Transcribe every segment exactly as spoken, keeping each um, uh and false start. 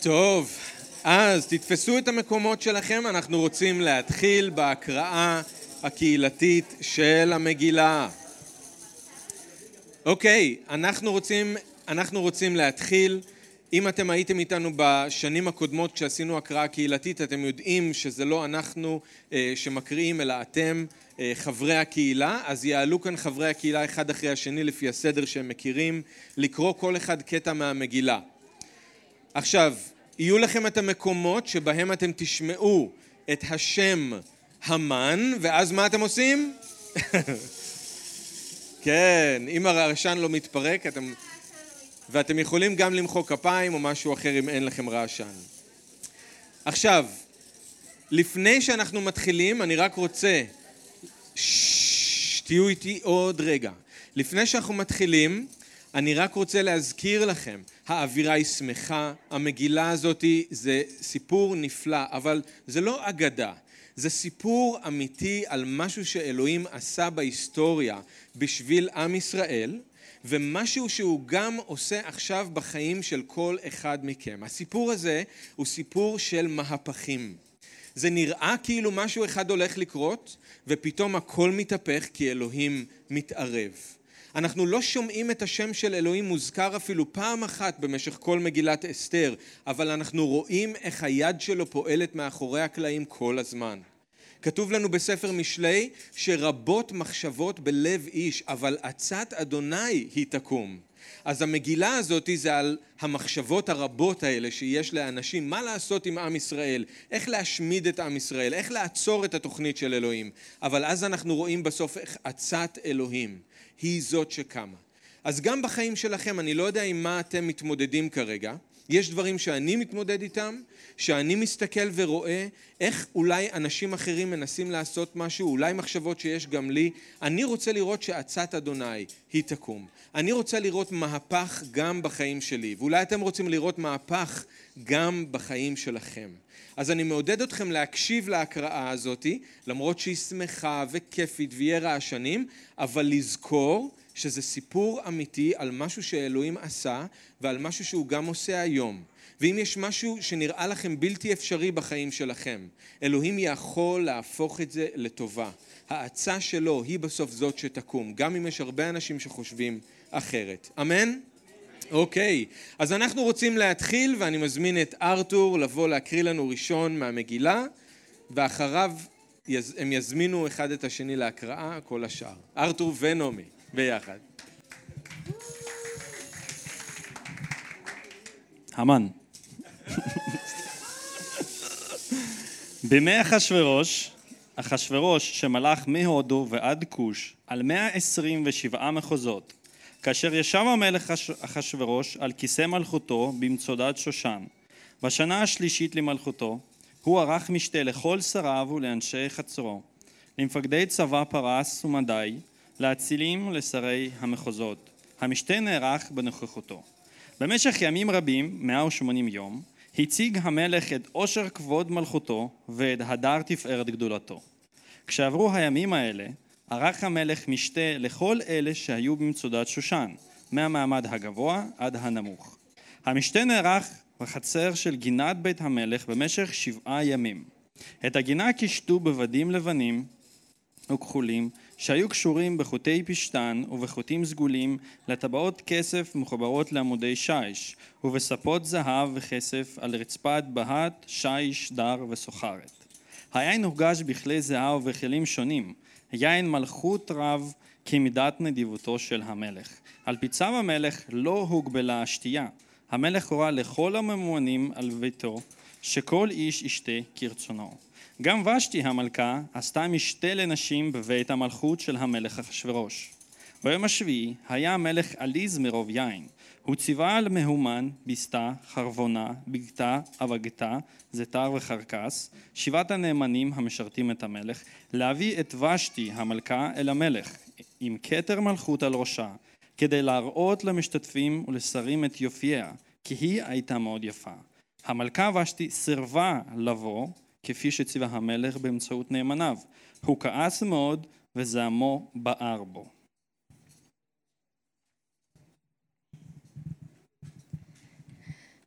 טוב, אז תתפסו את המקומות שלכם, אנחנו רוצים להתחיל בהקראה הקהילתית של המגילה. אוקיי, אנחנו רוצים, אנחנו רוצים להתחיל. אם אתם הייתם איתנו בשנים הקודמות כשעשינו הקראה קהילתית, אתם יודעים שזה לא אנחנו שמקריאים, אלא אתם חברי הקהילה. אז יעלו כאן חברי הקהילה אחד אחרי השני לפי הסדר שהם מכירים, לקרוא כל אחד קטע מהמגילה. עכשיו, יהיו לכם את המקומות שבהם אתם תשמעו את השם המן, ואז מה אתם עושים? כן, אם הרעשן לא מתפרק, אתם... ואתם יכולים גם למחוא כפיים או משהו אחר אם אין לכם רעשן. עכשיו, לפני שאנחנו מתחילים, אני רק רוצה... שתהיו איתי עוד רגע. לפני שאנחנו מתחילים, אני רק רוצה להזכיר לכם, האווירה היא שמחה, המגילה הזאת זה סיפור נפלא, אבל זה לא אגדה, זה סיפור אמיתי על משהו שאלוהים עשה בהיסטוריה בשביל עם ישראל, ומשהו שהוא גם עושה עכשיו בחיים של כל אחד מכם. הסיפור הזה הוא סיפור של מהפכים. זה נראה כאילו משהו אחד הולך לקרות, ופתאום הכל מתהפך כי אלוהים מתערב. אנחנו לא שומעים את השם של אלוהים מוזכר אפילו פעם אחת במשך כל מגילת אסתר, אבל אנחנו רואים איך היד שלו פועלת מאחורי הקלעים כל הזמן. כתוב לנו בספר משלי שרבות מחשבות בלב איש, אבל עצת אדוני היא תקום. אז המגילה הזאת זה על המחשבות הרבות האלה שיש לאנשים, מה לעשות עם עם ישראל, איך להשמיד את עם ישראל, איך לעצור את התוכנית של אלוהים. אבל אז אנחנו רואים בסוף איך עצת אלוהים היא זאת שקמה. אז גם בחיים שלכם, אני לא יודע עם מה אתם מתמודדים כרגע, יש דברים שאני מתמודד איתם, שאני מסתכל ורואה איך אולי אנשים אחרים מנסים לעשות משהו, אולי מחשבות שיש גם לי. אני רוצה לראות שעצת אדוני היא תקום. אני רוצה לראות מהפך גם בחיים שלי, ואולי אתם רוצים לראות מהפך גם בחיים שלכם. אז אני מעודד אתכם להקשיב להקראה הזאת, למרות שהיא שמחה וכיפית ויהיה רעשנים, אבל לזכור שזה סיפור אמיתי על משהו שאלוהים עשה, ועל משהו שהוא גם עושה היום. ואם יש משהו שנראה לכם בלתי אפשרי בחיים שלכם, אלוהים יכול להפוך את זה לטובה. העצה שלו היא בסוף זאת שתקום, גם אם יש הרבה אנשים שחושבים אחרת. אמן? אוקיי, אז אנחנו רוצים להתחיל, ואני מזמין את ארתור לבוא להקריא לנו ראשון מהמגילה, ואחריו הם יזמינו אחד את השני להקראה, כל השאר. ארתור ונעמי, ביחד. המן. בימי אחשוורוש, אחשוורוש שמלך מהודו ועד כוש על מאה עשרים ושבעה מחוזות, כאשר ישב המלך אחשוורוש על כיסא מלכותו במצודת שושן. בשנה השלישית למלכותו, הוא ערך משתה לכל שריו ולאנשי חצרו, למפקדי צבא פרס ומדי, לאצילים ולשרי המחוזות. המשתה נערך בנוכחותו. במשך ימים רבים, מאה ושמונים יום, הציג המלך את עושר כבוד מלכותו ואת הדר תפארת גדולתו. כשעברו הימים האלה, ערך המלך משתה לכל אלה שהיו במצודת שושן, מהמעמד הגבוה עד הנמוך. המשתה נערך בחצר של גינת בית המלך במשך שבעה ימים. את הגינה קישטו בבדים לבנים וכחולים שהיו קשורים בחוטי פשטן ובחוטים סגולים לטבעות כסף מחוברות לעמודי שיש ובספות זהב וכסף על רצפת בהת, שיש, דר וסוחרת. היין הוגש בכלי זהב ובכלים שונים, יין מלכות רב כמידת נדיבותו של המלך. על פי צו המלך לא הוגבלה השתייה. המלך הורה לכל הממונים על ביתו שכל איש ישתה כרצונו. גם ושתי המלכה עשתה משתה לנשים בבית המלכות של המלך אחשוורוש. ביום השביעי היה המלך עליז מרוב יין. הוא ציווה על מהומן, ביסתה, חרבונה, בגתה, אבגתה, זתר וחרקס, שבעת הנאמנים המשרתים את המלך, להביא את ושתי המלכה אל המלך, עם כתר מלכות על ראשה, כדי להראות למשתתפים ולשרים את יופיה, כי היא הייתה מאוד יפה. המלכה ושתי סירבה לבוא, כפי שציווה המלך באמצעות נאמניו. הוא כעס מאוד וזעמו בער בו.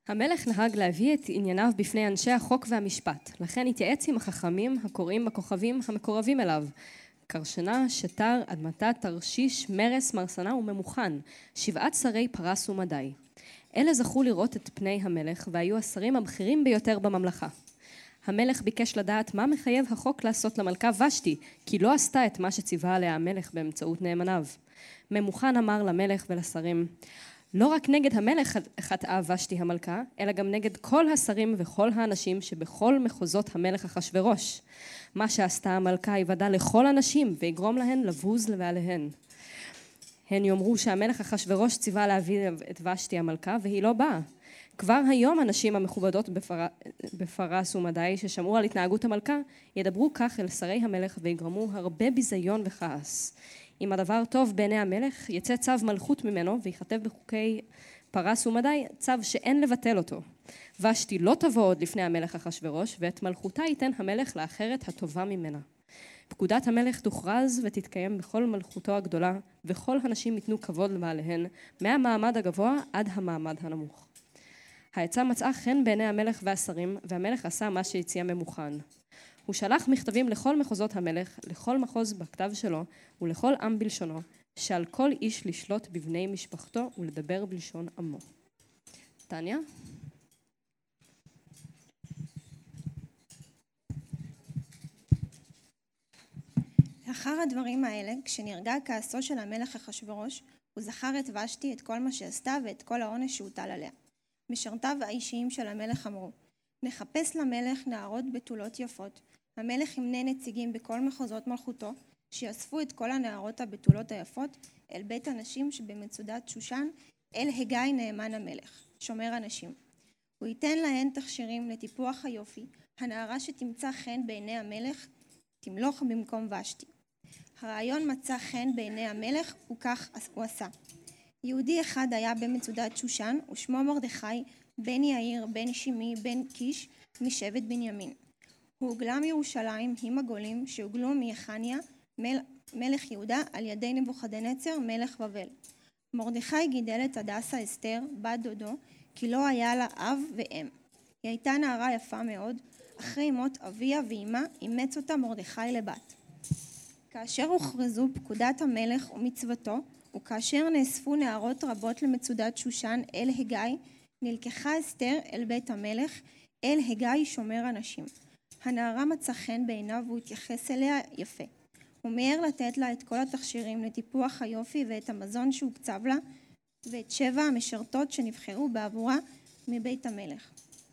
המלך נהג להביא את ענייניו בפני אנשי החוק והמשפט, לכן התייעץ עם החכמים הקוראים בכוכבים המקורבים אליו. קרשנה, שטר, אדמתה, תרשיש, מרס, מרסנה וממוכן, שבעת שרי פרס ומדי. אלה זכו לראות את פני המלך והיו השרים הבכירים ביותר בממלכה. המלך ביקש לדעת מה מחייב החוק לעשות למלכה ושתי, כי לא עשתה את מה שציווה עליה המלך באמצעות נאמניו. ממוכן אמר למלך ולשרים, לא רק נגד המלך חטאה ושתי המלכה, אלא גם נגד כל השרים וכל האנשים שבכל מחוזות המלך אחשוורוש. מה שעשתה המלכה יוודע לכל הנשים ויגרום להן לבוז לבעליהן. הן יאמרו שהמלך אחשוורוש ציווה להביא את ושתי המלכה והיא לא באה. כבר היום הנשים המכובדות בפר... בפרס ומדי ששמעו על התנהגות המלכה ידברו כך אל שרי המלך ויגרמו הרבה ביזיון וכעס. אם הדבר טוב בעיני המלך יצא צו מלכות ממנו ויכתב בחוקי פרס ומדי צו שאין לבטל אותו. ושתי לא תבוא עוד לפני המלך אחשוורוש ואת מלכותה ייתן המלך לאחרת הטובה ממנה. פקודת המלך תוכרז ותתקיים בכל מלכותו הגדולה וכל הנשים ייתנו כבוד לבעליהן מהמעמד הגבוה עד המעמד הנמוך. העצה מצאה חן בעיני המלך והשרים והמלך עשה מה שהציע ממוכן. הוא שלח מכתבים לכל מחוזות המלך, לכל מחוז בכתב שלו ולכל עם בלשונו, שעל כל איש לשלוט בבני משפחתו ולדבר בלשון עמו. טניה? לאחר הדברים האלה, כשנרגע כעסו של המלך אחשוורוש, הוא זכר את ושתי, את כל מה שעשתה ואת כל העונש שהוטל עליה. משרתיו האישיים של המלך אמרו, נחפש למלך נערות בתולות יפות. המלך ימנה נציגים בכל מחוזות מלכותו, שיאספו את כל הנערות הבתולות היפות אל בית הנשים שבמצודת שושן, אל הגיא נאמן המלך, שומר הנשים. הוא ייתן להן תכשירים לטיפוח היופי, הנערה שתמצא חן בעיני המלך, תמלוך במקום ושתי. הרעיון מצא חן בעיני המלך, וכך הוא עשה. יהודי אחד היה במצודת שושן, ושמו מרדכי, בן יאיר, בן שימי, בן קיש, משבט בנימין. הוא הוגלה מירושלים עם הגולים שהוגלו מיחניה, מל, מלך יהודה, על ידי נבוכדנצר, מלך בבל. מרדכי גידל את הדסה אסתר, בת דודו, כי לא היה לה אב ואם. היא הייתה נערה יפה מאוד, אחרי מות אביה ואימה, אימץ אותה מרדכי לבת. כאשר הוכרזו פקודת המלך ומצוותו, וכאשר נאספו נערות רבות למצודת שושן אל הגיא, נלקחה אסתר אל בית המלך, אל הגיא שומר הנשים. הנערה מצא חן בעיניו והוא התייחס אליה יפה. הוא מיהר לתת לה את כל התכשירים לטיפוח היופי ואת המזון שהוקצב לה, ואת שבע המשרתות שנבחרו בעבורה מבית המלך.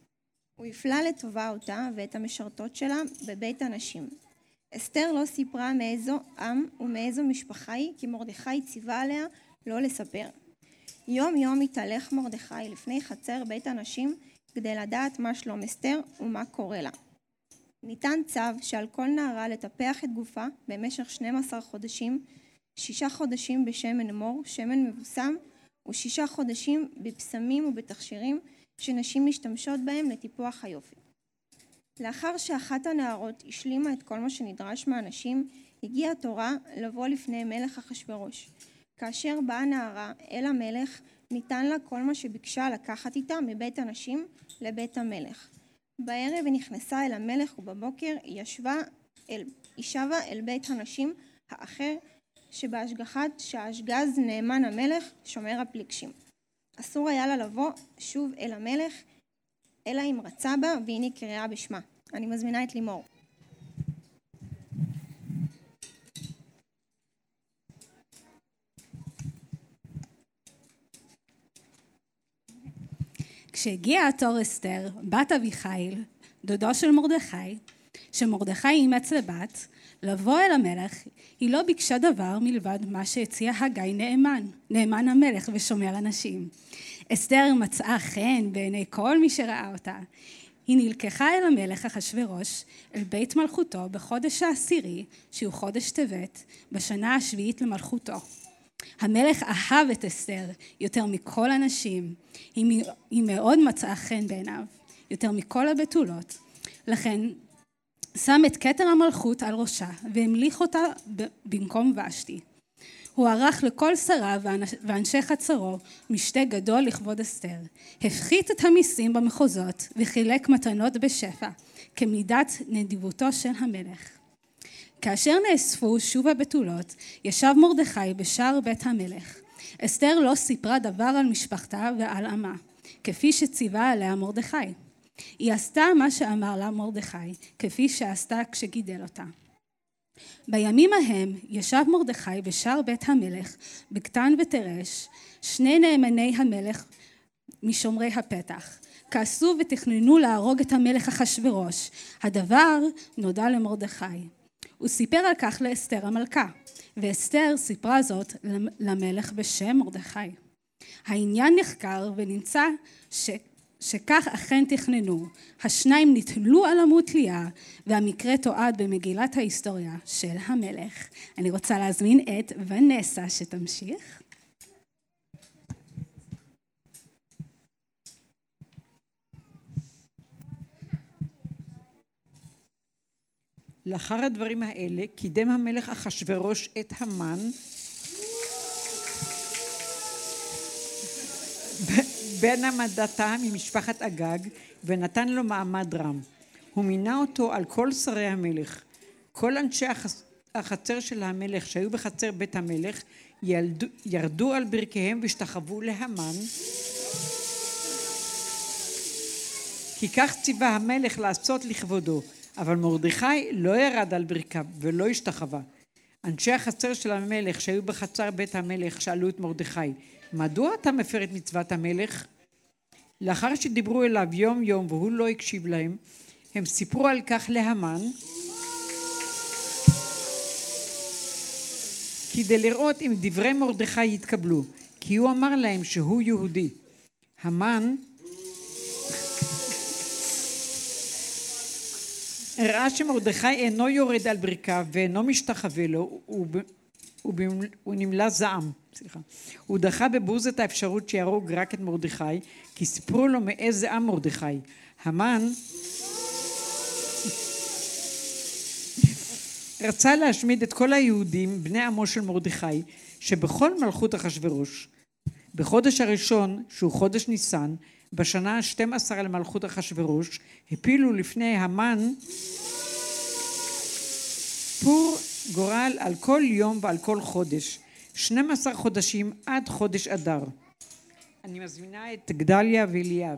הוא הפלה לטובה אותה ואת המשרתות שלה בבית הנשים. אסתר לא סיפרה מאיזו עם ומאיזו משפחה היא, כי מרדכי ציווה עליה לא לספר. יום יום התהלך מרדכי לפני חצר בית הנשים כדי לדעת מה שלום אסתר ומה קורה לה. ניתן צו שעל כל נערה לטפח את גופה במשך שנים עשר חודשים, שישה חודשים בשמן מור, שמן מבוסם, ושישה חודשים בפסמים ובתכשירים שנשים משתמשות בהם לטיפוח היופי. לאחר שאחת הנערות השלימה את כל מה שנדרש מהנשים, הגיעה התורה לבוא לפני מלך אחשוורוש. כאשר באה נערה אל המלך, ניתן לה כל מה שביקשה לקחת איתה מבית הנשים לבית המלך. בערב היא נכנסה אל המלך ובבוקר היא ישבה אל, היא שבה אל בית הנשים האחר שבהשגחת שהשגז נאמן המלך שומר הפליגשים. אסור היה לה לבוא שוב אל המלך, אלא אם רצה בה והיא נקראה בשמה. אני מזמינה את לימור. כשהגיעה התור אסתר, בת אביחיל, דודו של מרדכי, שמרדכי אימץ לבת, לבוא אל המלך, היא לא ביקשה דבר מלבד מה שהציע הגיא נאמן, נאמן המלך ושומר הנשים. אסתר מצאה חן בעיני כל מי שראה אותה. היא נלקחה אל המלך אחשוורוש, אל בית מלכותו בחודש העשירי, שהוא חודש טבת, בשנה השביעית למלכותו. המלך אהב את אסתר יותר מכל הנשים, היא, היא מאוד מצאה חן בעיניו, יותר מכל הבתולות. לכן שם את כתר המלכות על ראשה והמליך אותה במקום ושתי. הוא ערך לכל שריו ואנשי חצרו משתה גדול לכבוד אסתר. הפחית את המיסים במחוזות וחילק מתנות בשפע, כמידת נדיבותו של המלך. כאשר נאספו שוב הבתולות, ישב מרדכי בשער בית המלך. אסתר לא סיפרה דבר על משפחתה ועל עמה, כפי שציווה עליה מרדכי. היא עשתה מה שאמר לה מרדכי, כפי שעשתה כשגידל אותה. בימים ההם ישב מרדכי בשער בית המלך, בקטן ותרש, שני נאמני המלך משומרי הפתח. כעסו ותכננו להרוג את המלך אחשוורוש. הדבר נודע למרדכי. הוא סיפר על כך לאסתר המלכה, ואסתר סיפרה זאת למלך בשם מרדכי. העניין נחקר ונמצא ש... שכך אכן תכננו. השניים נתלו על עמוד תלייה, והמקרה תועד במגילת ההיסטוריה של המלך. אני רוצה להזמין את ונסה שתמשיך. לאחר הדברים האלה קידם המלך אחשוורוש את המן בן המדתה ממשפחת אגג ונתן לו מעמד רם. הוא מינה אותו על כל שרי המלך. כל אנשי החצר של המלך שהיו בחצר בית המלך ילדו, ירדו על ברכיהם והשתחוו להמן, כי כך ציווה המלך לעשות לכבודו. אבל מרדכי לא ירד על ברכיו ולא השתחווה. אנשי החצר של המלך שהיו בחצר בית המלך שאלו את מרדכי, מדוע אתה מפר את מצוות המלך? לאחר שדיברו אליו יום יום והוא לא הקשיב להם, הם סיפרו על כך להמן, כדי לראות אם דברי מרדכי יתקבלו, כי הוא אמר להם שהוא יהודי. המן ראה שמרדכי אינו יורד על ברכיו ואינו משתחווה לו, הוא נמלא זעם. סליחה. הוא דחה בבוז את האפשרות שיהרוג רק את מרדכי, כי סיפרו לו מאיזה עם מרדכי. המן רצה להשמיד את כל היהודים בני עמו של מרדכי שבכל מלכות אחשוורוש. בחודש הראשון, שהוא חודש ניסן, בשנה ה-שתים עשרה למלכות אחשוורוש, הפילו לפני המן פור גורל על כל יום ועל כל חודש, שנים עשר חודשים עד חודש אדר. אני מזמינה את גדליה ואליאב.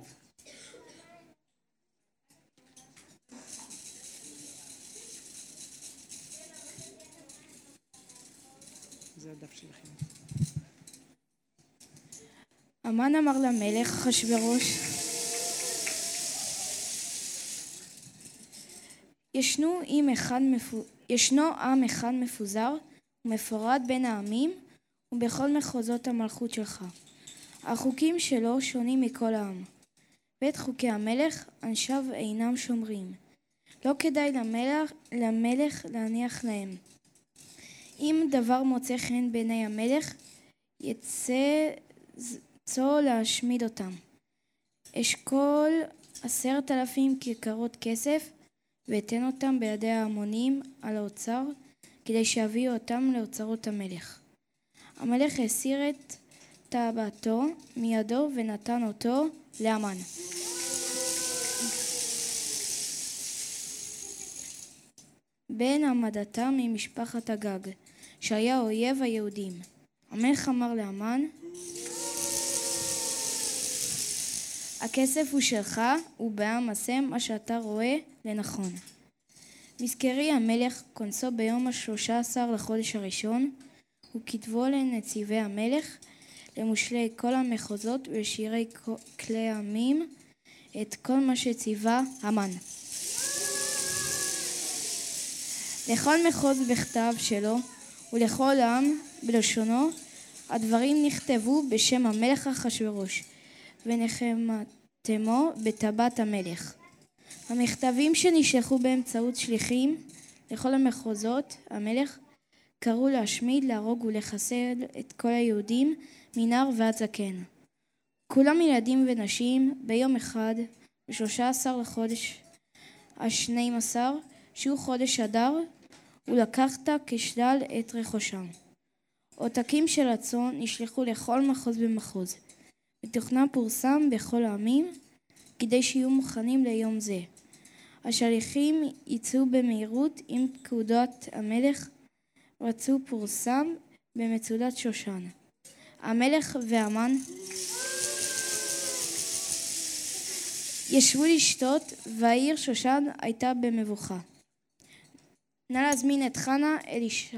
זה הדף שלכם. המן אמר למלך אחשוורוש, ישנו עם אחד מפו... ישנו עם אחד מפוזר ומפורד בין העמים ובכל מחוזות המלכות שלך. החוקים שלו שונים מכל העם, ואת חוקי המלך אנשיו אינם שומרים. לא כדאי למלך, למלך להניח להם. אם דבר מוצא חן בעיני המלך, יצא צו להשמיד אותם. אשכול עשרת אלפים כיכרות כסף, ואתן אותם בידי ההמונים על האוצר, כדי שיביאו אותם לאוצרות המלך. המלך הסיר את טבעתו מידו ונתן אותו להמן. בן המדתה ממשפחת אגג, שהיה אויב היהודים. המלך אמר להמן, הכסף הוא שלך, ובעם עשה מה שאתה רואה לנכון. מזכרי המלך כונסו ביום השלושה עשר לחודש הראשון, וכתבו לנציבי המלך, למושלי כל המחוזות ולשירי כלי העמים, את כל מה שציווה המן. לכל מחוז בכתב שלו, ולכל עם בלשונו, הדברים נכתבו בשם המלך אחשוורוש, ונחתמו בטבעת המלך. המכתבים שנשלחו באמצעות שליחים לכל המחוזות, המלך קראו להשמיד, להרוג ולחסל את כל היהודים מנער ועד זקן. כולם ילדים ונשים ביום אחד, ב-שלושה עשר לחודש ה-שנים עשר, שהוא חודש אדר, ולקחת כשלל את רכושם. עותקים של הצאן נשלחו לכל מחוז במחוז, ותוכנם פורסם בכל העמים, כדי שיהיו מוכנים ליום זה. השליחים יצאו במהירות עם פקודות המלך, רצו פורסם במצודת שושן. המלך והמן ישבו לשתות, והעיר שושן הייתה במבוכה. נא להזמין את חנה אלישב.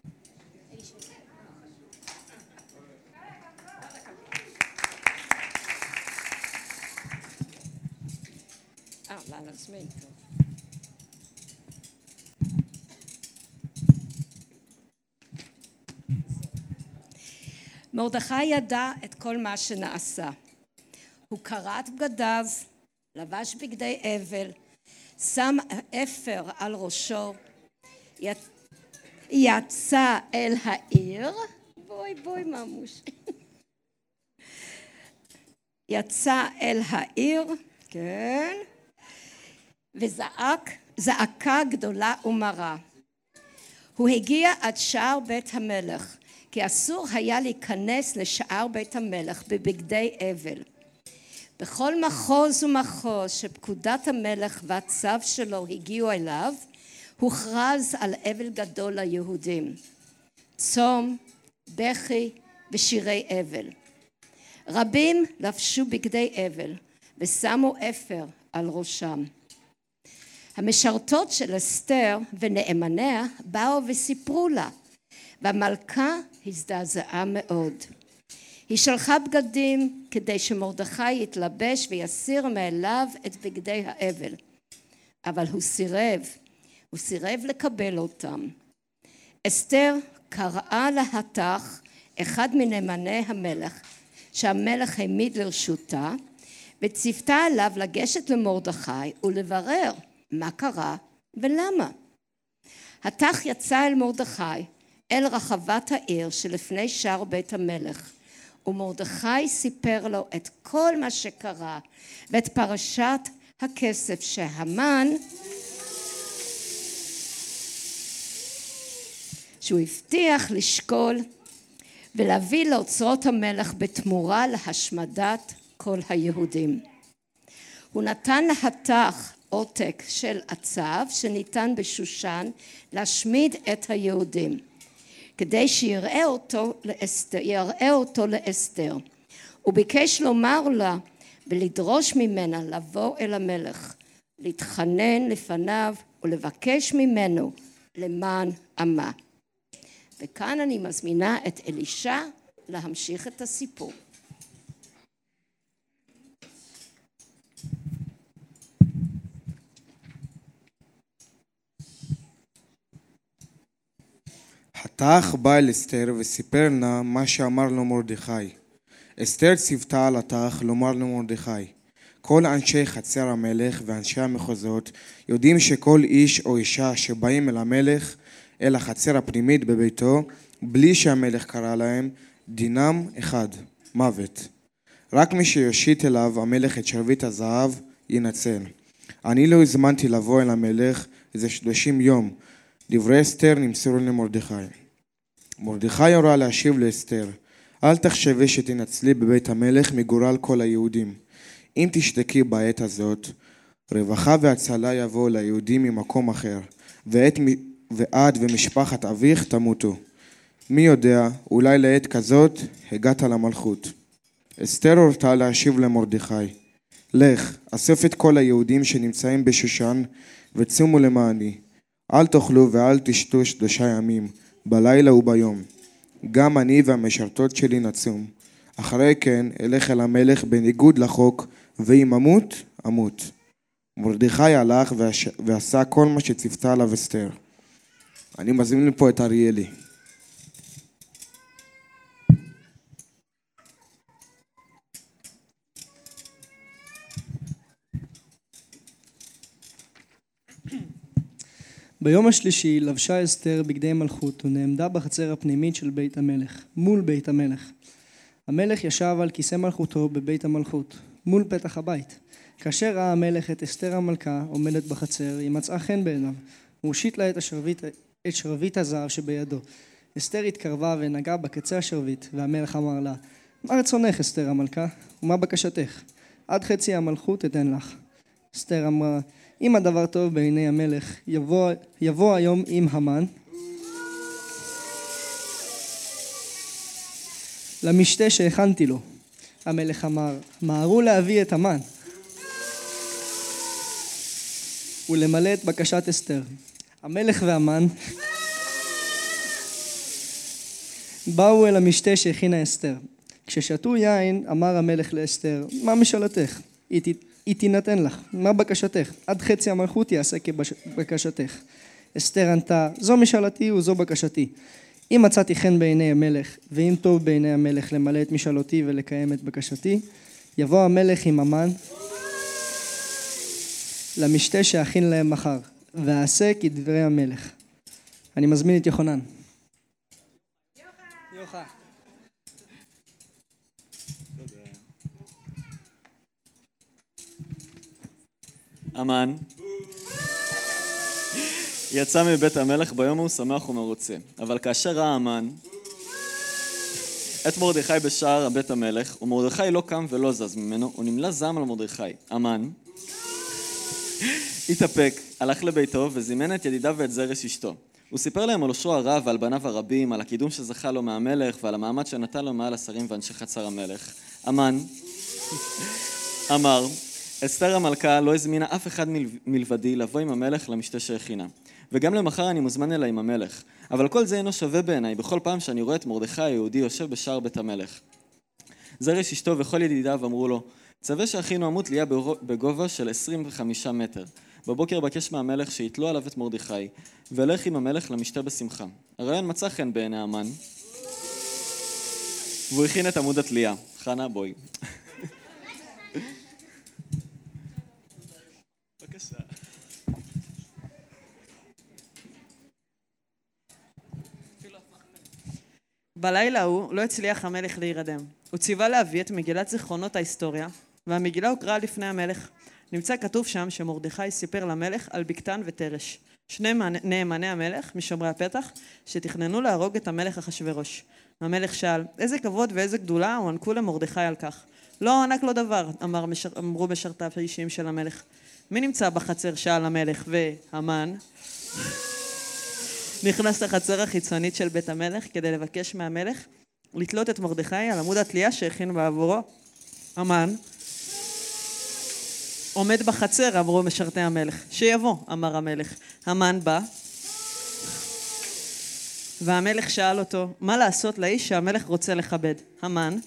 אה, לא להזמין. מרדכי ידע את כל מה שנעשה. הוא כרת בגדיו, לבש בגדי אבל, שם אפר על ראשו, יצא אל העיר, בואי בואי ממוש, יצא אל העיר, כן, וזעק זעקה גדולה ומרה. הוא הגיע עד שער בית המלך, כי אסור היה להיכנס לשער בית המלך בבגדי אבל. בכל מחוז ומחוז שפקודת המלך והצו שלו הגיעו אליו, הוכרז על אבל גדול ליהודים. צום, בכי ושירי אבל. רבים לבשו בגדי אבל ושמו אפר על ראשם. המשרתות של אסתר ונאמניה באו וסיפרו לה, והמלכה הזדעזעה מאוד. היא שלחה בגדים כדי שמרדכי יתלבש ויסיר מאליו את בגדי האבל. אבל הוא סירב, הוא סירב לקבל אותם. אסתר קראה להתך אחד מנאמני המלך, שהמלך העמיד לרשותה, וציוותה עליו לגשת למרדכי ולברר מה קרה ולמה. התך יצא אל מרדכי, אל רחבת העיר שלפני שער בית המלך, ומרדכי סיפר לו את כל מה שקרה, ואת פרשת הכסף שהמן, שהוא הבטיח לשקול ולהביא לאוצרות המלך בתמורה להשמדת כל היהודים. הוא נתן להתך עותק של הצו שניתן בשושן להשמיד את היהודים, כדי שיראה אותו לאסתר, יראה אותו לאסתר. הוא ביקש לומר לה ולדרוש ממנה לבוא אל המלך, להתחנן לפניו ולבקש ממנו למען עמה. וכאן אני מזמינה את אלישע להמשיך את הסיפור. התך בא אל אסתר וסיפר לה מה שאמר לו מרדכי. אסתר ציוותה על התך לומר למרדכי, כל אנשי חצר המלך ואנשי המחוזות יודעים שכל איש או אישה שבאים אל המלך, אל החצר הפנימית בביתו, בלי שהמלך קרא להם, דינם אחד, מוות. רק מי שיושיט אליו המלך את שרביט הזהב ינצל. אני לא הזמנתי לבוא אל המלך איזה שלושים יום. דברי אסתר נמסרו למרדכי. מרדכי הורה להשיב לאסתר, אל תחשבי שתנצלי בבית המלך מגורל כל היהודים. אם תשתקי בעת הזאת, רווחה והצלה יבואו ליהודים ממקום אחר, ואת, ואת ומשפחת אביך תמותו. מי יודע, אולי לעת כזאת הגעת למלכות. אסתר הורתה להשיב למרדכי, לך, אסף את כל היהודים שנמצאים בשושן, וצומו למעני. אל תאכלו ואל תשתו שלושה ימים, בלילה וביום. גם אני והמשרתות שלי נצום. אחרי כן אלך אל המלך בניגוד לחוק, ואם אמות, אמות. מרדכי הלך ועשה כל מה שציוותה עליו אסתר. אני מזמין פה את אריאלי. ביום השלישי לבשה אסתר בגדי מלכות ונעמדה בחצר הפנימית של בית המלך, מול בית המלך. המלך ישב על כיסא מלכותו בבית המלכות, מול פתח הבית. כאשר ראה המלך את אסתר המלכה עומדת בחצר, היא מצאה חן בעיניו. הוא הושיט לה את השרביט, את שרביט הזהב שבידו. אסתר התקרבה ונגעה בקצה השרביט, והמלך אמר לה, מה רצונך אסתר המלכה, ומה בקשתך? עד חצי המלכות אתן לך. אסתר אמרה, אם הדבר טוב בעיני המלך, יבוא, יבוא היום עם המן למשתה שהכנתי לו. המלך אמר, מהרו להביא את המן ולמלא את בקשת אסתר. המלך והמן באו אל המשתה שהכינה אסתר. כששתו יין, אמר המלך לאסתר, מה משאלתך? היא, היא תינתן לך. מה בקשתך? עד חצי המלכות יעשה כבקשתך. אסתר ענתה, זו משאלתי וזו בקשתי. אם מצאתי חן בעיני המלך, ואם טוב בעיני המלך למלא את משאלותי ולקיים את בקשתי, יבוא המלך עם המן למשתה שאכין להם מחר, ועשה כדברי המלך. אני מזמין את יוחנן. יוחה. המן יצא מבית המלך ביום ההוא שמח ומרוצה, אבל כאשר ראה המן את מרדכי בשער בית המלך, ומרדכי לא קם ולא זז ממנו, הוא נמלא זעם על מרדכי. המן התאפק, הלך לביתו וזימן את ידידיו ואת זרש אשתו. הוא סיפר להם על אושרו הרב ועל בניו הרבים, על הקידום שזכה לו מהמלך ועל המעמד שנתן לו מעל השרים ואנשי חצר המלך. המן אמר, אסתר המלכה לא הזמינה אף אחד מלבדי לבוא עם המלך למשתה שהכינה, וגם למחר אני מוזמן אליי עם המלך, אבל כל זה אינו שווה בעיניי בכל פעם שאני רואה את מרדכי היהודי יושב בשער בית המלך. זרש אשתו וכל ידידיו אמרו לו, צווה שאחינו עמוד תליה בגובה של עשרים וחמישה מטר. בבוקר בקש מהמלך שיתלו עליו את מרדכי, ולך עם המלך למשתה בשמחה. הרעיון מצא חן בעיני המן, והוא הכין את עמוד התלייה. חנה, בואי. בבקשה. בלילה ההוא לא הצליח המלך להירדם. הוא ציווה להביא את מגילת זיכרונות ההיסטוריה, והמגילה הוקראה לפני המלך. נמצא כתוב שם שמרדכי סיפר למלך על בקתן ותרש, שני נאמני המלך משומרי הפתח שתכננו להרוג את המלך אחשוורוש. המלך שאל, איזה כבוד ואיזה גדולה הוענקו למרדכי על כך? לא הוענק לו דבר, אמר, אמרו משרתיו האישיים של המלך. מי נמצא בחצר? שאל המלך, והמן נכנס לחצר החיצונית של בית המלך כדי לבקש מהמלך לתלות את מרדכי על עמוד התלייה שהכין בעבורו. המן עומד בחצר, אמרו משרתי המלך. שיבוא, אמר המלך. המן בא, והמלך שאל אותו, מה לעשות לאיש שהמלך רוצה לכבד? המן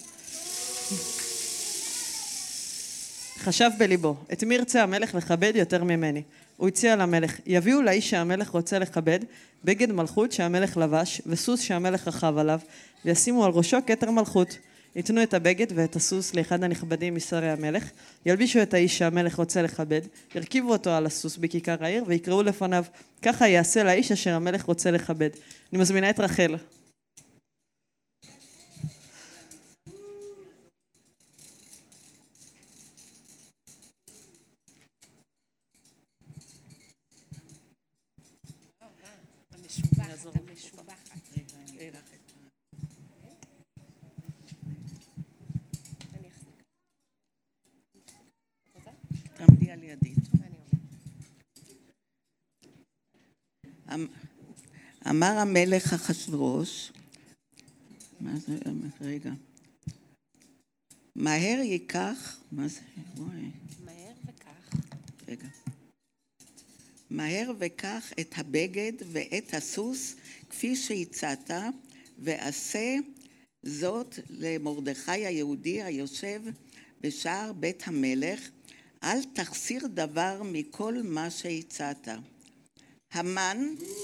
חשב בליבו, את מי ירצה המלך לכבד יותר ממני? הוא הציע למלך, יביאו לאיש שהמלך רוצה לכבד בגד מלכות שהמלך לבש וסוס שהמלך רכב עליו, וישימו על ראשו כתר מלכות. יתנו את הבגד ואת הסוס לאחד הנכבדים משרי המלך, ילבישו את האיש שהמלך רוצה לכבד, ירכיבו אותו על הסוס בכיכר העיר ויקראו לפניו, ככה יעשה לאיש אשר המלך רוצה לכבד. אני מזמינה את רחל. תעמדי על ידי. אמר המלך אחשוורוש, מה זה, רגע, מהר ייקח, מה זה, וואי. מהר וכך. רגע. מהר וכך את הבגד ואת הסוס כפי שהצעת, ועשה זאת למרדכי היהודי היושב בשער בית המלך, אל תחסיר דבר מכל מה שהצעת. המן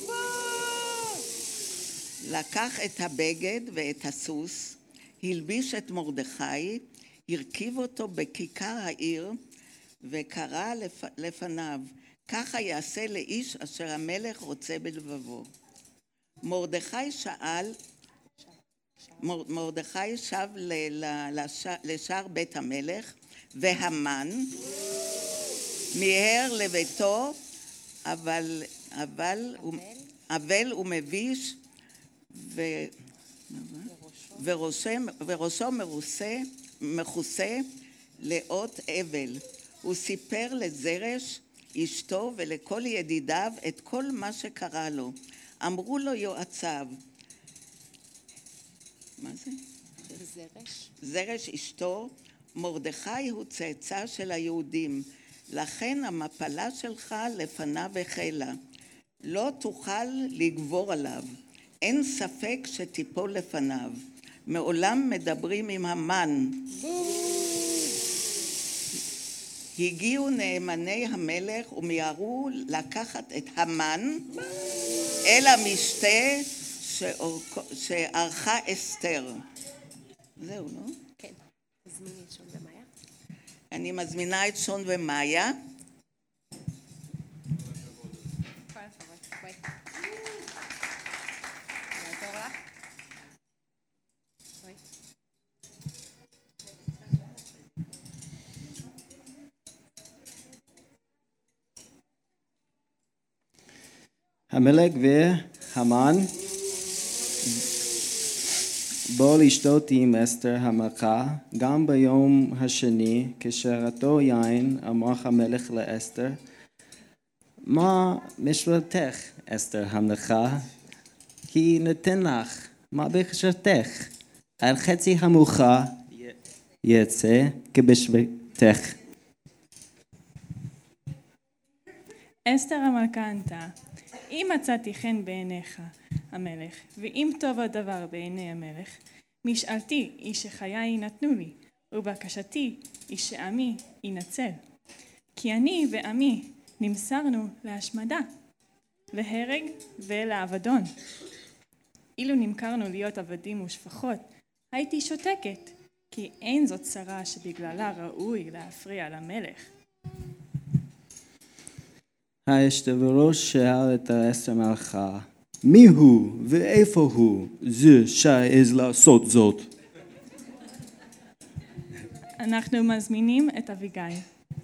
לקח את הבגד ואת הסוס, הלביש את מרדכי, הרכיב אותו בכיכר העיר וקרא לפ... לפניו, ככה יעשה לאיש אשר המלך רוצה בלבבו. מרדכי שאל, מר... מרדכי שב ל... לש... לשער בית המלך, והמן מיהר לביתו, אבל, אבל, אבל ומביש, ו... וראשו, וראשו מרוסה, מכוסה לאות אבל. הוא סיפר לזרש, אשתו ולכל ידידיו את כל מה שקרה לו. אמרו לו יועציו, מה זה? זרש. זרש אשתו, מרדכי הוא צאצא של היהודים, לכן המפלה שלך לפניו החלה. לא תוכל לגבור עליו, אין ספק שתיפול לפניו. מעולם מדברים עם המן. הגיעו נאמני המלך ומיהרו לקחת את המן אל המשתה שערכה אסתר. זהו, לא? כן. תזמיני את שון ומאיה. אני מזמינה את שון ומאיה. המלך והמן בוא לשתות עם אסתר המלכה. גם ביום השני כשרתו יין אמר המלך לאסתר, מה משפטך אסתר המלכה? כי נתן לך מה בחשבתך, על חצי המלוכה יצא כבשבתך. אסתר המלכה ענתה, אם מצאתי חן בעיניך המלך, ואם טוב הדבר בעיני המלך, משאלתי איש שחיי יינתנו לי, ובקשתי איש שעמי ינצל. כי אני ועמי נמסרנו להשמדה, להרג ולאבדון. אילו נמכרנו להיות עבדים ושפחות, הייתי שותקת, כי אין זאת צרה שבגללה ראוי להפריע למלך. האשתוורוש שאל את אסתר המלכה, מי הוא ואיפה הוא זה שהעז לעשות זאת? אנחנו מזמינים את אביגיל.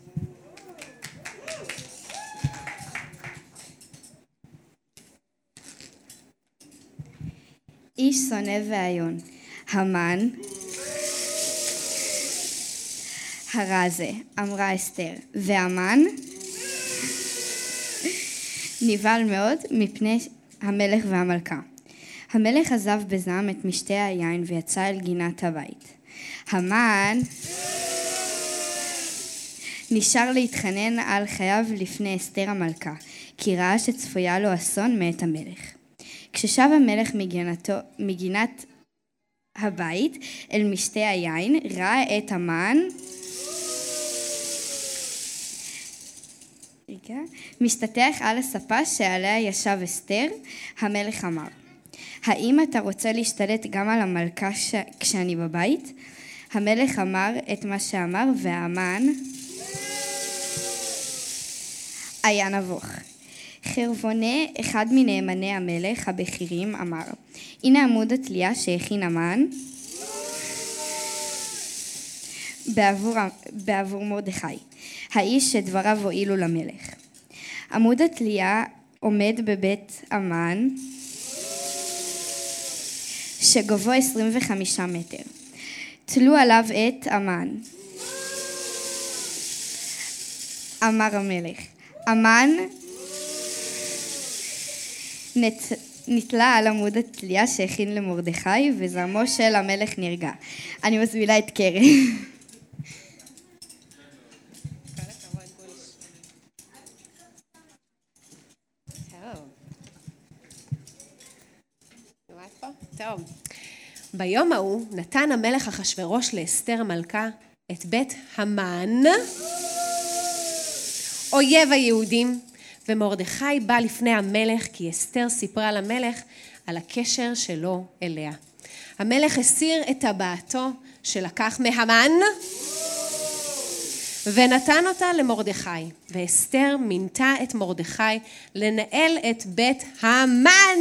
איש שונא ואיון, המן הרע זה, אמרה אסתר, והמן נבהל מאוד מפני המלך והמלכה. המלך עזב בזעם את משתה היין ויצא אל גינת הבית. המן נשאר להתחנן על חייו לפני אסתר המלכה, כי ראה שצפויה לו אסון מאת המלך. כששב המלך מגינתו, מגינת הבית אל משתה היין, ראה את המן משתטח על הספה שעליה ישב אסתר. המלך אמר, האם אתה רוצה להשתלט גם על המלכה ש... כשאני בבית? המלך אמר את מה שאמר, והמן היה נבוך. חרבונה, אחד מנאמני המלך הבכירים, אמר, הנה עמוד התלייה שהכין המן בעבור, בעבור מרדכי, האיש שדבריו הועילו למלך. עמוד התלייה עומד בבית המן שגובהו עשרים וחמישה מטר. תלו עליו את המן. אמר המלך. המן נת... נתלה על עמוד התלייה שהכין למרדכי, וזעמו של המלך נרגע. אני מזמינה את קרן. טוב. ביום ההוא נתן המלך אחשוורוש לאסתר המלכה את בית המן, אויב היהודים, ומרדכי בא לפני המלך כי אסתר סיפרה למלך על הקשר שלו אליה. המלך הסיר את טבעתו שלקח מהמן ונתן אותה למרדכי, ואסתר מינתה את מרדכי לנהל את בית המן.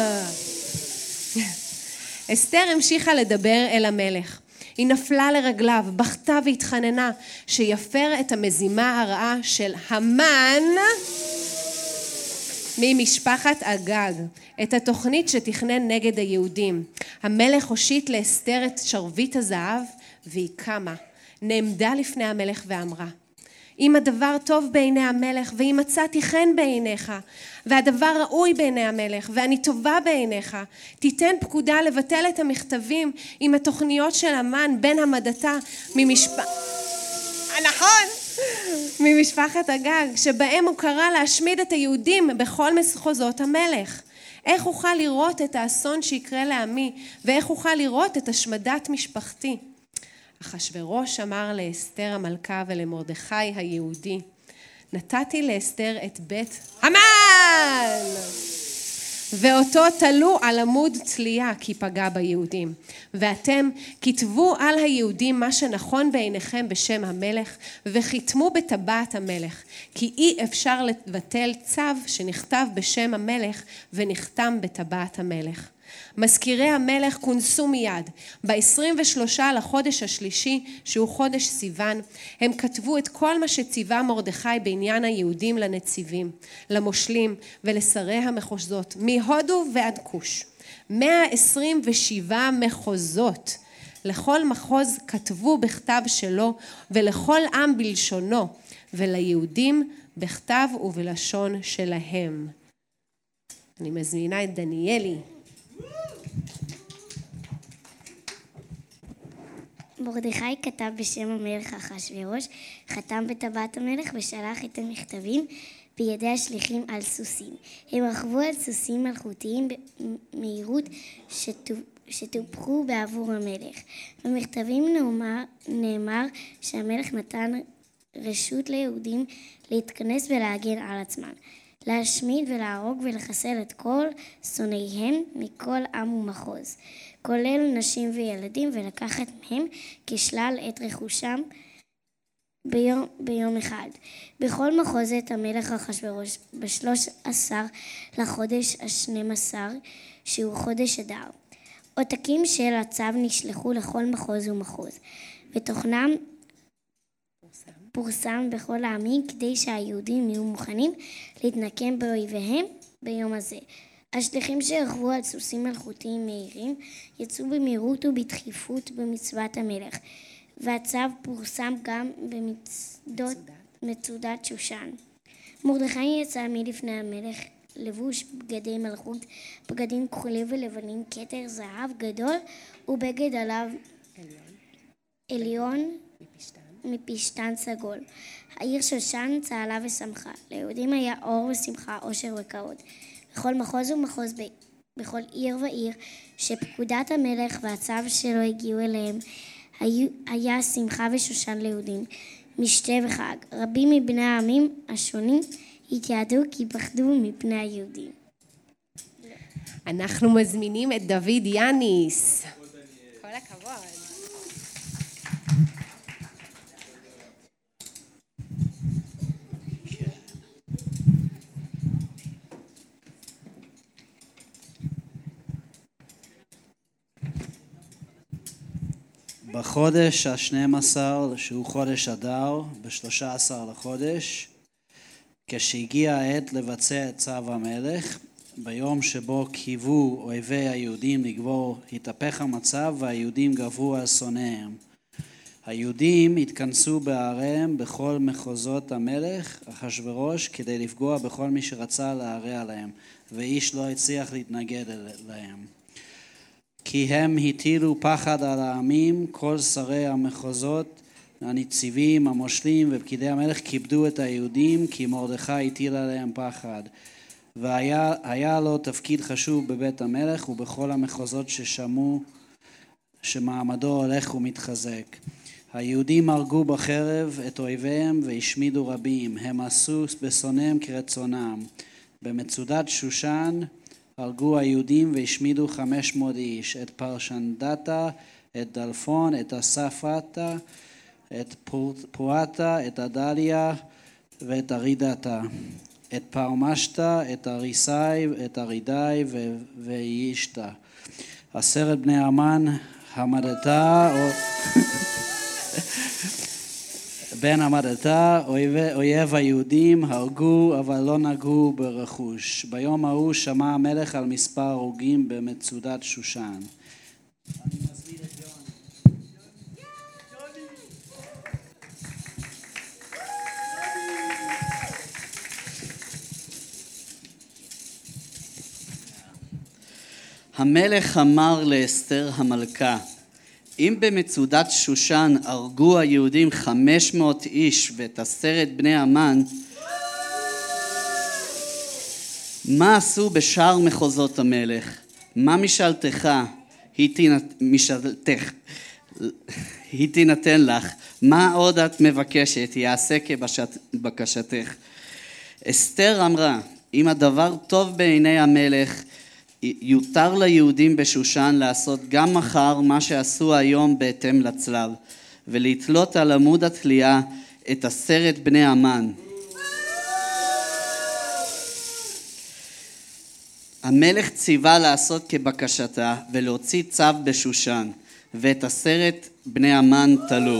אסתר המשיכה לדבר אל המלך. היא נפלה לרגליו, בכתה והתחננה שיפר את המזימה הרעה של המן ממשפחת אגג את התוכנית שתכנן נגד היהודים. המלך הושיט לאסתר את שרביט הזהב והיא קמה, נעמדה לפני המלך ואמרה, אם הדבר טוב בעיני המלך ואם מצאתי חן בעיניך והדבר ראוי בעיני המלך ואני טובה בעיניך, תיתן פקודה לבטל את המכתבים עם התוכניות של המן בן המדתה ממשפחת... נכון! ממשפחת אגג, שבהם הוא קרא להשמיד את היהודים בכל מחוזות המלך. איך אוכל לראות את האסון שיקרה לעמי, ואיך אוכל לראות את השמדת משפחתי? אחשוורוש אמר לאסתר המלכה ולמרדכי היהודי, נתתי לאסתר את בית המן! ואותו תלו על עמוד תלייה כי פגע ביהודים. ואתם כתבו על היהודים מה שנכון בעיניכם בשם המלך, וחיתמו בטבעת המלך, כי אי אפשר לבטל צו שנכתב בשם המלך ונחתם בטבעת המלך. מזכירי המלך כונסו מיד. ב-עשרים ושלושה לחודש השלישי, שהוא חודש סיוון, הם כתבו את כל מה שציווה מרדכי בעניין היהודים לנציבים, למושלים ולשרי המחוזות, מהודו ועד כוש. מאה עשרים ושבעה מחוזות. לכל מחוז כתבו בכתב שלו, ולכל עם בלשונו, וליהודים בכתב ובלשון שלהם. אני מזמינה את דניאלי. מרדכי כתב בשם המלך אחשוורוש, חתם בטבעת המלך ושלח את המכתבים בידי השליחים על סוסים. הם רכבו על סוסים מלכותיים במהירות שטופחו בעבור המלך. במכתבים נאמר, נאמר שהמלך נתן רשות ליהודים להתכנס ולהגן על עצמם, להשמיד ולהרוג ולחסל את כל שונאיהם מכל עם ומחוז, כולל נשים וילדים, ולקחת מהם כשלל את רכושם ביום, ביום אחד. בכל מחוזת המלך אחשוורוש בשלוש עשר לחודש השנים עשר, שהוא חודש אדר. עותקים של הצו נשלחו לכל מחוז ומחוז, ותוכנם פורסם, פורסם בכל העמים כדי שהיהודים יהיו מוכנים להתנקם באויביהם ביום הזה. השליחים שרכבו על סוסים מלכותיים מהירים יצאו במהירות ובדחיפות במצוות המלך, והצו פורסם גם במצודת מצודת שושן. מרדכי יצא מלפני המלך לבוש בגדי מלכות, בגדים כחולים ולבנים, כתר זהב גדול ובגד עליו עליון מפשתן סגול. העיר שושן צהלה ושמחה, ליהודים היה אור ושמחה, עושר וכבוד. בכל מחוז ומחוז, בכל עיר ועיר, שפקודת המלך והצו שלו הגיעו אליהם, היה שמחה ושושן ליהודים, משתה וחג. רבים מבני העמים השונים התייעדו כי פחדו מפני היהודים. אנחנו מזמינים את דוד יאניס. כל הכבוד. בחודש השנים עשר, שהוא חודש אדר, בשלושה עשר לחודש, כשהגיעה העת לבצע את צו המלך, ביום שבו קיוו אויבי היהודים לגבור, התהפך המצב והיהודים גברו על שונאיהם. היהודים התכנסו בעריהם בכל מחוזות המלך אחשוורוש כדי לפגוע בכל מי שרצה להרע להם, ואיש לא הצליח להתנגד להם. כי הם הטילו פחד על העמים, כל שרי המחוזות, הנציבים, המושלים ופקידי המלך כיבדו את היהודים, כי מרדכי הטיל עליהם פחד. והיה היה לו תפקיד חשוב בבית המלך ובכל המחוזות ששמעו שמעמדו הולך ומתחזק. היהודים הרגו בחרב את אויביהם והשמידו רבים, הם עשו בשונאיהם כרצונם. במצודת שושן הרגו היהודים והשמידו חמש מאות איש, את פרשנדתה, את דלפון, את אספתה, את פואטה, את אדליה ואת ארידתה, את פרמשתה, את אריסאי, את ארידאי ואישתה. עשרת בני המן, המדתה, או... בן המדתה, אויב היהודים, הרגו אבל לא נגעו ברכוש. ביום ההוא שמע המלך על מספר הרוגים במצודת שושן. המלך אמר לאסתר המלכה, אם במצודת שושן הרגו היהודים חמש מאות איש ואת עשרת בני המן, מה עשו בשאר מחוזות המלך? מה משאלתך? היא תינת... משאלתך. היא תינתן לך. מה עוד את מבקשת? יעשה כבקשתך. אסתר אמרה, אם הדבר טוב בעיני המלך, יותר ליהודים בשושן לעשות גם מחר מה שעשו היום בהתאם לצלב, ולתלות על עמוד התלייה את עשרת בני המן. המלך ציווה לעשות כבקשתה ולהוציא צו בשושן, ואת עשרת בני המן תלו.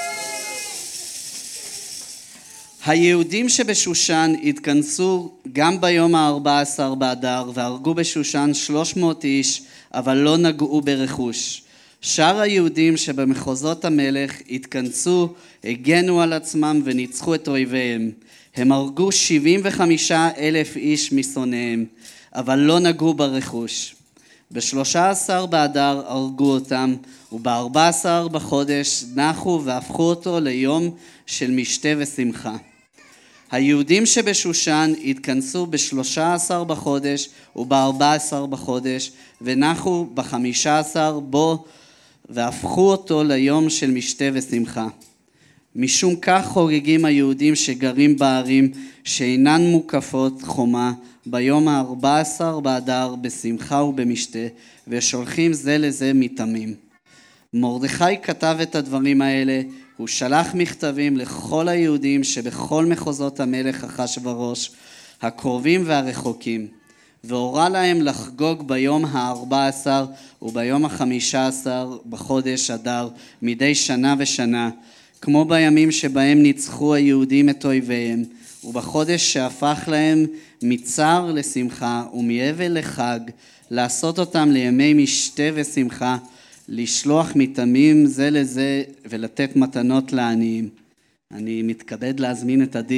היהודים שבשושן התכנסו גם ביום ה-ארבע עשר באדר והרגו בשושן שלוש מאות איש, אבל לא נגעו ברכוש. שאר היהודים שבמחוזות המלך התכנסו, הגנו על עצמם וניצחו את אויביהם. הם הרגו שבעים וחמישה אלף איש משונאיהם, אבל לא נגעו ברכוש. בשלושה עשר באדר הרגו אותם, ובארבע עשר בחודש נחו והפכו אותו ליום של משתה ושמחה. היהודים שבשושן התכנסו בשלושה עשר בחודש ובארבע עשר בחודש, ונחו בחמישה עשר בו והפכו אותו ליום של משתה ושמחה. משום כך חוגגים היהודים שגרים בערים שאינן מוקפות חומה ביום ה-ארבע עשר באדר בשמחה ובמשתה, ושולחים זה לזה מתמים. מרדכי כתב את הדברים האלה, הוא שלח מכתבים לכל היהודים שבכל מחוזות המלך אחשוורוש, הקרובים והרחוקים, והורה להם לחגוג ביום ה-ארבע עשר וביום ה-חמישה עשר בחודש אדר מדי שנה ושנה, כמו בימים שבהם ניצחו היהודים את אויביהם, ובחודש שהפך להם מצער לשמחה ומאבל לחג, לעשות אותם לימי משתה ושמחה, לשלוח מתמים זה לזה ולתת מתנות לעניים. אני מתכבד להזמין את עדי.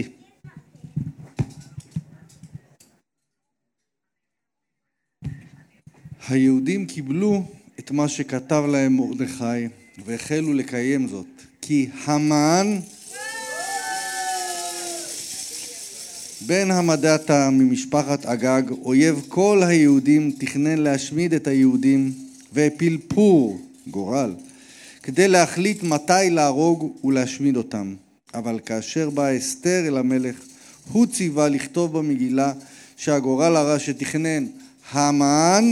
היהודים קיבלו את מה שכתב להם מרדכי והחלו לקיים זאת, כי המן בן המדתה ממשפחת אגג, אויב כל היהודים, תכנן להשמיד את היהודים והפיל פור, גורל, כדי להחליט מתי להרוג ולהשמיד אותם. אבל כאשר באה אסתר אל המלך, הוא ציווה לכתוב במגילה שהגורל הרע שתכנן המן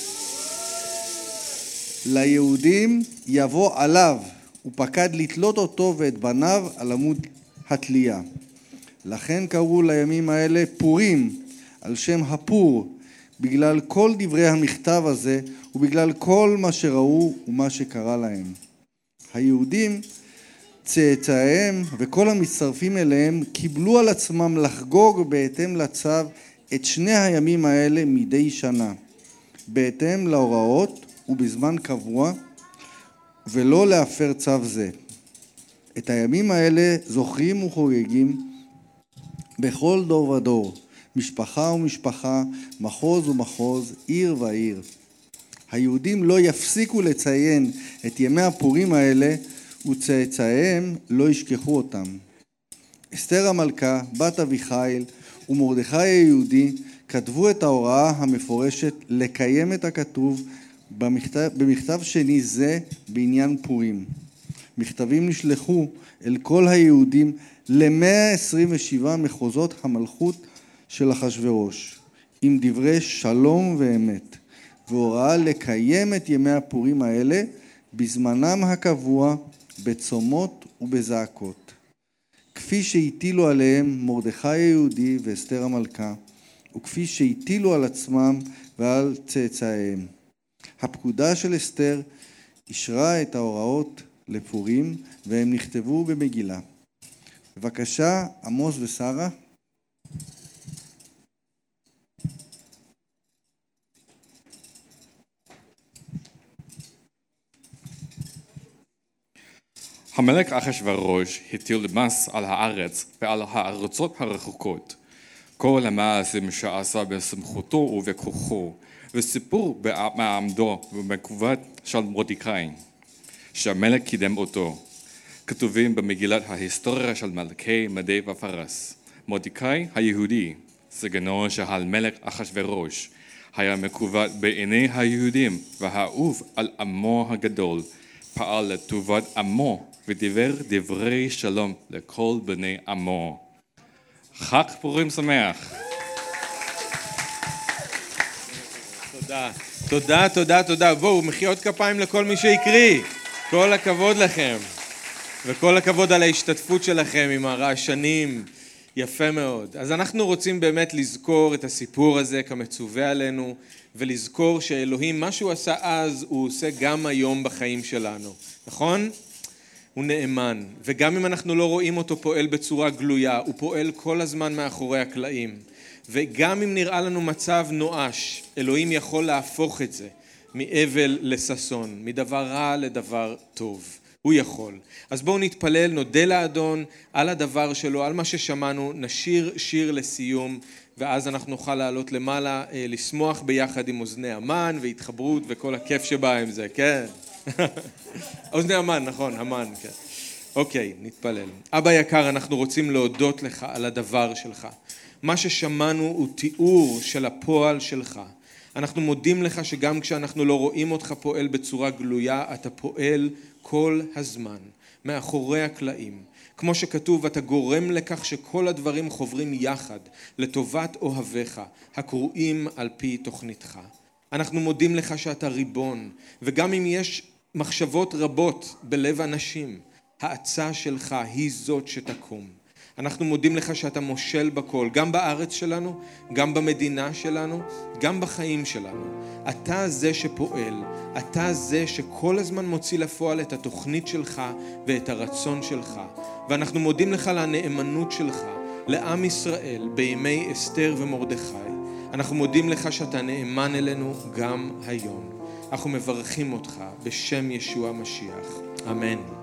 ליהודים יבוא עליו, ופקד לתלות אותו ואת בניו על עמוד התלייה. לכן קראו לימים האלה פורים, על שם הפור, בגלל כל דברי המכתב הזה ובגלל כל מה שראו ומה שקרה להם. היהודים, צאצאיהם וכל המצטרפים אליהם קיבלו על עצמם לחגוג בהתאם לצו את שני הימים האלה מדי שנה, בהתאם להוראות ובזמן קבוע, ולא להפר צו זה. את הימים האלה זוכרים וחוגגים בכל דור ודור, משפחה ומשפחה, מחוז ומחוז, עיר ועיר. היהודים לא יפסיקו לציין את ימי הפורים האלה, וצאצאיהם לא ישכחו אותם. אסתר המלכה, בת אביחיל ומרדכי היהודי כתבו את ההוראה המפורשת לקיים את הכתוב במכתב, במכתב שני זה בעניין פורים. מכתבים נשלחו אל כל היהודים ל-מאה עשרים ושבעה מחוזות המלכות של אחשוורוש, עם דברי שלום ואמת, והוראה לקיים את ימי הפורים האלה בזמנם הקבוע, בצומות ובזעקות, כפי שהטילו עליהם מרדכי היהודי ואסתר המלכה, וכפי שהטילו על עצמם ועל צאצאיהם. הפקודה של אסתר אישרה את ההוראות לפורים, והם נכתבו במגילה. בבקשה, עמוס ושרה. המלך אחשוורוש הטיל מס על הארץ ועל הארצות הרחוקות. כל המעשים שעשה בסמכותו ובכוחו, וסיפור במעמדו ובכבוד של מרדכי, שהמלך קידם אותו. כתובים במגילת ההיסטוריה של מלכי מדי ופרס. מרדכי היהודי, סגנו של המלך אחשוורוש, היה מכובד בעיני היהודים והאהוב על עמו הגדול, פעל לטובת עמו ודיבר דברי שלום לכל בני עמו. חג פורים שמח. תודה, תודה, תודה, תודה. בואו, מחיאות כפיים לכל מי שהקריא. כל הכבוד לכם. וכל הכבוד על ההשתתפות שלכם עם הרעשנים. יפה מאוד. אז אנחנו רוצים באמת לזכור את הסיפור הזה כמצווה עלינו, ולזכור שאלוהים, מה שהוא עשה אז, הוא עושה גם היום בחיים שלנו. נכון? הוא נאמן. וגם אם אנחנו לא רואים אותו פועל בצורה גלויה, הוא פועל כל הזמן מאחורי הקלעים. וגם אם נראה לנו מצב נואש, אלוהים יכול להפוך את זה מאבל לששון, מדבר רע לדבר טוב. הוא יכול. אז בואו נתפלל, נודה לאדון על הדבר שלו, על מה ששמענו, נשיר שיר לסיום, ואז אנחנו נוכל לעלות למעלה, לשמוח ביחד עם אוזני המן והתחברות וכל הכיף שבא עם זה, כן? אוזני המן, נכון, המן, כן. אוקיי, נתפלל. אבא יקר, אנחנו רוצים להודות לך על הדבר שלך. מה ששמענו הוא תיאור של הפועל שלך. אנחנו מודים לך שגם כשאנחנו לא רואים אותך פועל בצורה גלויה, אתה פועל כל הזמן, מאחורי הקלעים. כמו שכתוב, אתה גורם לכך שכל הדברים חוברים יחד, לטובת אוהביך, הקרואים על פי תוכניתך. אנחנו מודים לך שאתה ריבון, וגם אם יש מחשבות רבות בלב אנשים, העצה שלך היא זאת שתקום. אנחנו מודים לך שאתה מושל בכל, גם בארץ שלנו, גם במדינה שלנו, גם בחיים שלנו. אתה זה שפועל, אתה זה שכל הזמן מוציא לפועל את התוכנית שלך ואת הרצון שלך. ואנחנו מודים לך לנאמנות שלך, לעם ישראל, בימי אסתר ומרדכי. אנחנו מודים לך שאתה נאמן אלינו גם היום. אנחנו מברכים אותך בשם ישוע המשיח. אמן.